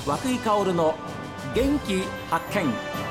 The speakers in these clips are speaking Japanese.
和久井薫の元気発見。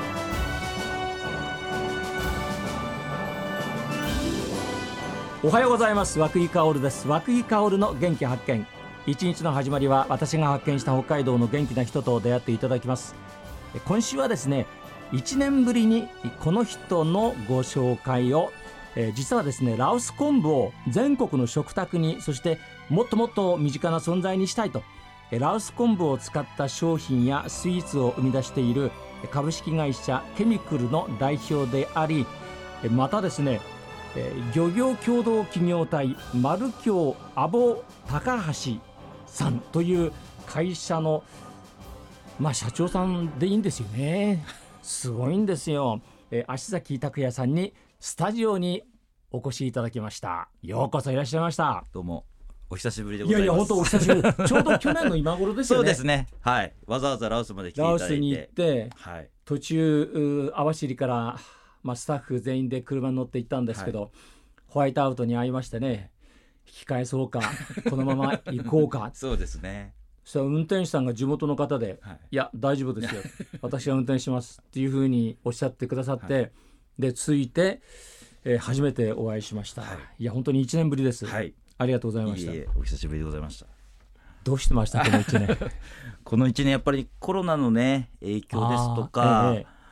おはようございます。和久井薫です。和久井薫の元気発見。一日の始まりは私が発見した北海道の元気な人と出会っていただきます。今週はですね、1年ぶりにこの人のご紹介を、実はですね、羅臼昆布を全国の食卓に、そしてもっともっと身近な存在にしたいと、羅臼昆布を使った商品やスイーツを生み出している株式会社ケミクルの代表であり、またですね、漁業協同企業体丸京阿保高橋さんという会社の、社長さんでいいんですよね。すごいんですよ。足崎拓也さんにスタジオにお越しいただきました。ようこそいらっしゃいました。 どうもお久しぶりでございます。 いやいや、本当お久しぶりちょうど去年の今頃ですよね。 そうですね、はい、わざわざ羅臼まで来ていただいて、 羅臼に行って、 はい、 途中網走から、スタッフ全員で車に乗って行ったんですけど、ホワイトアウトに会いましてね、引き返そうかこのまま行こうかそうですね。 そしたら運転手さんが地元の方で、いや大丈夫ですよ私が運転しますっていうふうにおっしゃってくださって、で着いて、初めてお会いしました。いや本当に1年ぶりです。ありがとうございました。 いえ、お久しぶりでございました。 どうしてましたこの1年この1年やっぱりコロナのね影響ですとか、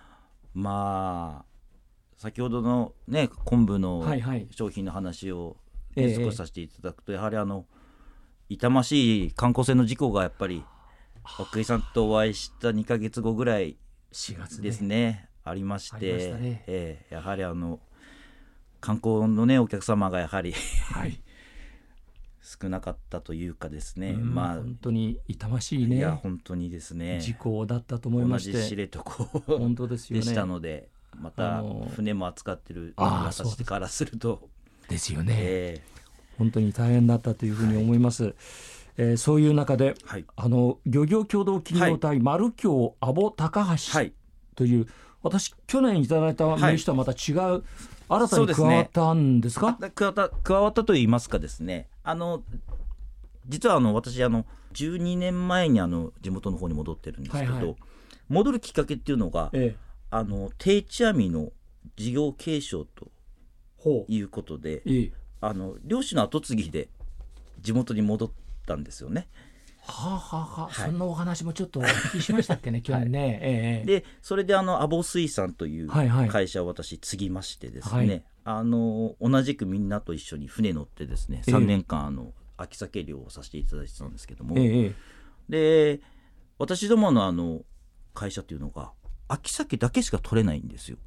先ほどのね昆布の商品の話を、少しさせていただくと、やはり痛ましい観光船の事故がやっぱり奥井さんとお会いした2ヶ月後ぐらいですね、ありまして、やはり観光のねお客様がやはり少なかったというかですね、 本当に痛ましいね。 いや本当にですね、 事故だったと思いまして、 同じ知床本当ですよねでしたので、また船も扱ってる私からするとですよね、本当に大変だったというふうに思います。そういう中で、漁業協同企業体丸京阿保高橋という、私去年いただいた名刺とはまた違う、新たに加わったんですか？ 加わったといいますかですね、実は私12年前に地元の方に戻ってるんですけど、戻るきっかけっていうのが、定置網の事業継承ということで、漁師の後継ぎで地元に戻ったんですよね。 そんなお話もちょっとお聞きしましたっけね去年ね。 でそれで阿保水産という会社を私継ぎましてですね、同じくみんなと一緒に船乗ってですね、3年間秋鮭漁をさせていただいてたんですけども、で私どもの会社というのが秋鮭だけしか取れないんですよ。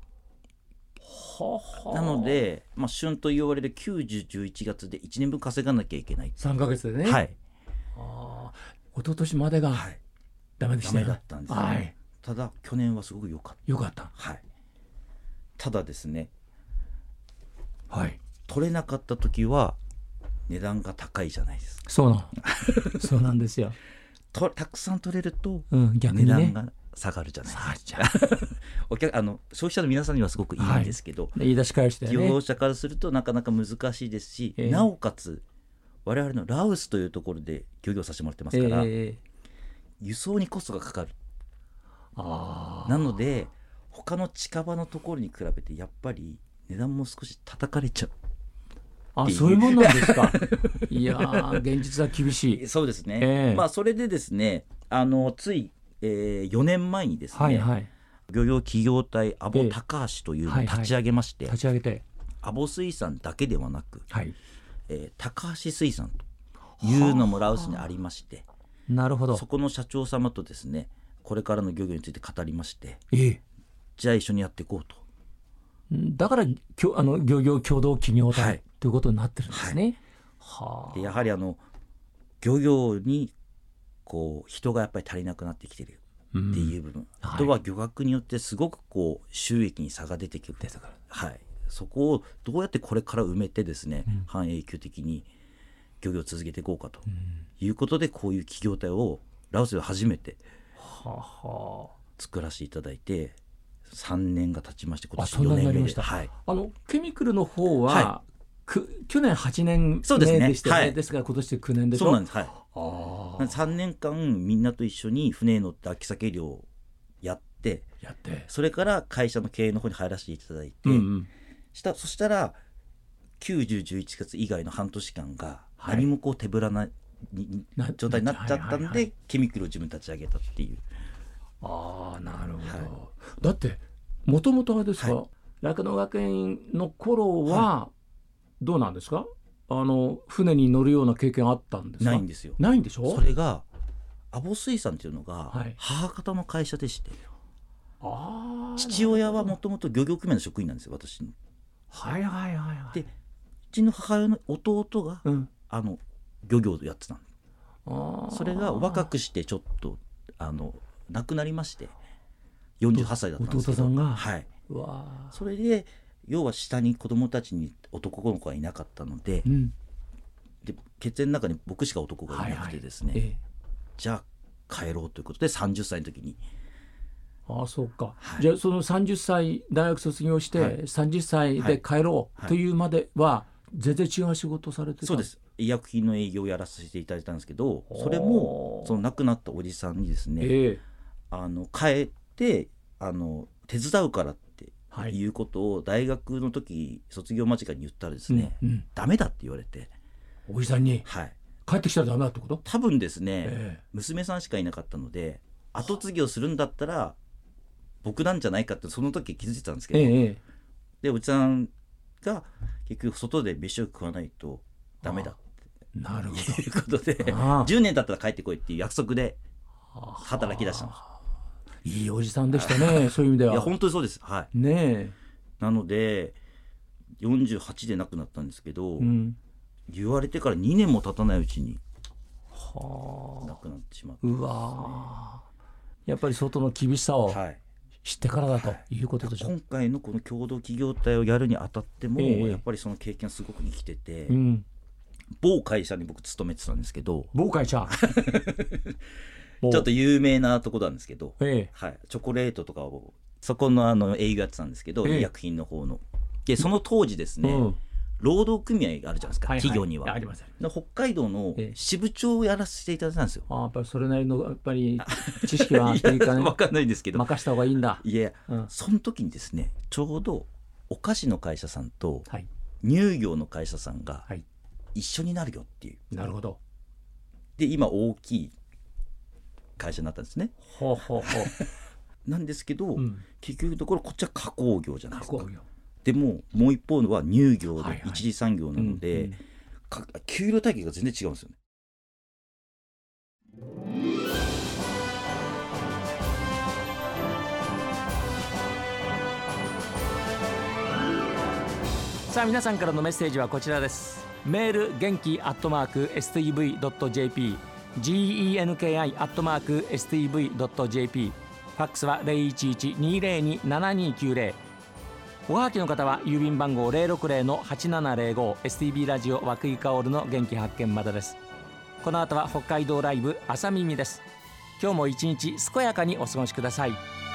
なので、旬と言われる9、10、11月で1年分稼がなきゃいけない。 3ヶ月でね。一昨年までがダメでしたね。 ダメだったんですね。ただ去年はすごく良かった。ただですね、取れなかった時は値段が高いじゃないですか。 そうなんですよたくさん取れると逆にね、 値段が下がるじゃないですか。消費者の皆さんにはすごくいいんですけど、 言い出し返してね、 漁業者からするとなかなか難しいですし、なおかつ我々の羅臼というところで漁業させてもらってますから、輸送にコストがかかる。なので他の近場のところに比べてやっぱり値段も少し叩かれちゃう。 そういうもんなんですかいや現実は厳しい。 そうですね、それでですね、つい、4年前にですね、漁業企業体阿保高橋というのを立ち上げまして、阿保水産だけではなく、高橋水産というのも羅臼にありまして、 なるほど。 そこの社長様とですね、これからの漁業について語りまして、じゃあ一緒にやっていこうと。 だから漁業協同企業体ということになってるんですね。 でやはり漁業に人がやっぱり足りなくなってきてるっていう部分、あとは漁獲によってすごく収益に差が出てくる。そこをどうやってこれから埋めてですね、半永久的に漁業を続けていこうかということで、こういう企業体を羅臼で初めて作らせていただいて3年が経ちまして、今年4年目で。 ケミクルの方は、去年8年目でしたよね。ですから今年で9年でしょ。 そうなんです。 3年間みんなと一緒に船に乗って秋鮭漁をやってそれから会社の経営の方に入らせていただいて、そしたら9、10、11月以外の半年間が何もこう手ぶらな状態になっちゃったんで、ケミクルを自分立ち上げたっていう。 なるほど、だってもともとあれですか、酪農学園の頃はどうなんですか、船に乗るような経験あったんですか？ ないんですよ。 ないんでしょ？ それが阿保水産っていうのが母方の会社でして、父親はもともと漁業組合の職員なんですよ、私の。でうちの母親の弟が、漁業をやってたの。それが若くしてちょっと亡くなりまして、48歳だったんですけど、 弟さんが、 それで要は下に子供たちに男の子がいなかったので、で血縁の中に僕しか男がいなくてですね、じゃあ帰ろうということで30歳の時に。 そうか、じゃあその30歳大学卒業して、30歳で帰ろうというまでは全然違う仕事をされてた？ そうです。医薬品の営業をやらせていただいたんですけど、それもその亡くなったおじさんにですね、帰って手伝うからっていうことを大学の時卒業間近に言ったらですね、ダメだって言われて。 おじさんに、帰ってきたらダメだってこと？ 多分ですね、娘さんしかいなかったので後継ぎをするんだったら僕なんじゃないかってその時気づいてたんですけど、でおじさんが結局外で飯を食わないとダメだってなるほどいうことで10年経ったら帰ってこいっていう約束で働き出したんです。 いいおじさんでしたねそういう意味では。 いや本当にそうです。なので48で亡くなったんですけど、言われてから2年も経たないうちに亡くなってしまったんですね。 やっぱり外の厳しさを知ってからだということでしょう。 今回のこの共同企業体をやるにあたっても、やっぱりその経験すごく生きてて、某会社に僕勤めてたんですけど、 某会社ちょっと有名なとこなんですけど、チョコレートとかをそこの営業やってたんですけど、医薬品の方のでその当時ですね、労働組合があるじゃないですか、企業には。北海道の支部長をやらせていただいたんですよ。 やっぱりそれなりのやっぱり知識はっていうかね、 分かんないんですけど任した方がいいんだ。 いや、その時にですね、ちょうどお菓子の会社さんと乳業の会社さんが一緒になるよっていう。 なるほど。 で今大きい会社になったんですね。なんですけど、結局のところこっちは加工業じゃないですか。でももう一方のは乳業で一次産業なので、給料体系が全然違うんですよね。 さあ皆さんからのメッセージはこちらです。メール元気@stv.jp、 genki@stv.jp、 ファックスは 011-202-7290。おはがきの方は郵便番号 060-8705 STB ラジオ和久井薫の元気発見までです。この後は北海道ライブ朝耳です。今日も一日健やかにお過ごしください。